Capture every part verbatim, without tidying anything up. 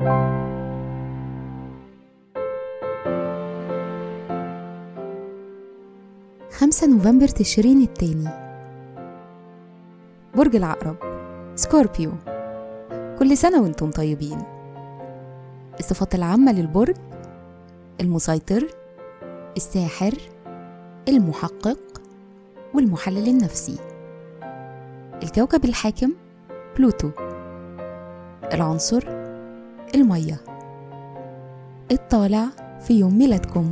خمسة نوفمبر تشرين الثاني. برج العقرب، سكوربيو. كل سنة وانتم طيبين. الصفات العامة للبرج: المسيطر، الساحر، المحقق، والمحلل النفسي. الكوكب الحاكم بلوتو. العنصر المية. الطالع في يوم ميلادكم.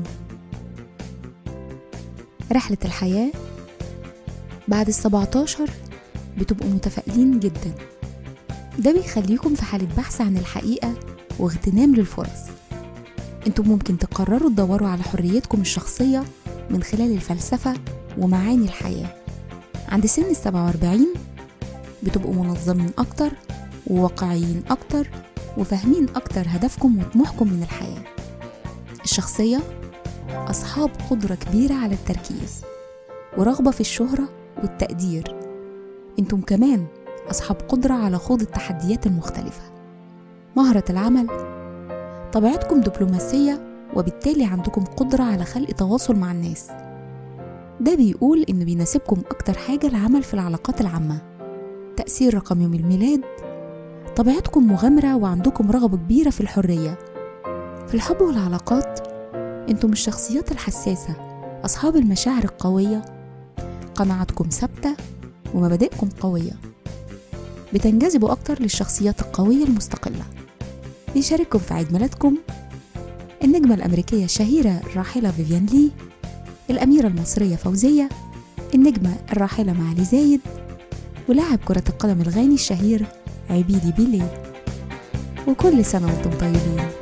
رحلة الحياة: بعد السبعتاشر بتبقوا متفائلين جدا، ده بيخليكم في حالة بحث عن الحقيقة واغتنام للفرص. انتم ممكن تقرروا تدوروا على حريتكم الشخصية من خلال الفلسفة ومعاني الحياة. عند سن السبعة واربعين بتبقوا منظمين أكتر وواقعيين أكتر وفاهمين أكتر هدفكم وطموحكم من الحياة. الشخصية: أصحاب قدرة كبيرة على التركيز ورغبة في الشهرة والتقدير. انتم كمان أصحاب قدرة على خوض التحديات المختلفة. مهرة العمل: طبيعتكم دبلوماسية وبالتالي عندكم قدرة على خلق تواصل مع الناس، ده بيقول إن بيناسبكم أكتر حاجة العمل في العلاقات العامة. تأثير رقم يوم الميلاد: طبيعتكم مغامرة وعندكم رغبة كبيرة في الحرية. في الحب والعلاقات انتم الشخصيات الحساسة، أصحاب المشاعر القوية، قناعاتكم ثابتة ومبادئكم قوية، بتنجذبوا أكتر للشخصيات القوية المستقلة. بيشارككم في عيد ميلادكم النجمة الأمريكية الشهيرة الراحلة فيفيان لي، الأميرة المصرية فوزية، النجمة الراحلة معالي زايد، ولاعب كرة القدم الغاني الشهير عبيدي بيليه. وكل سنة وانتم طيبين.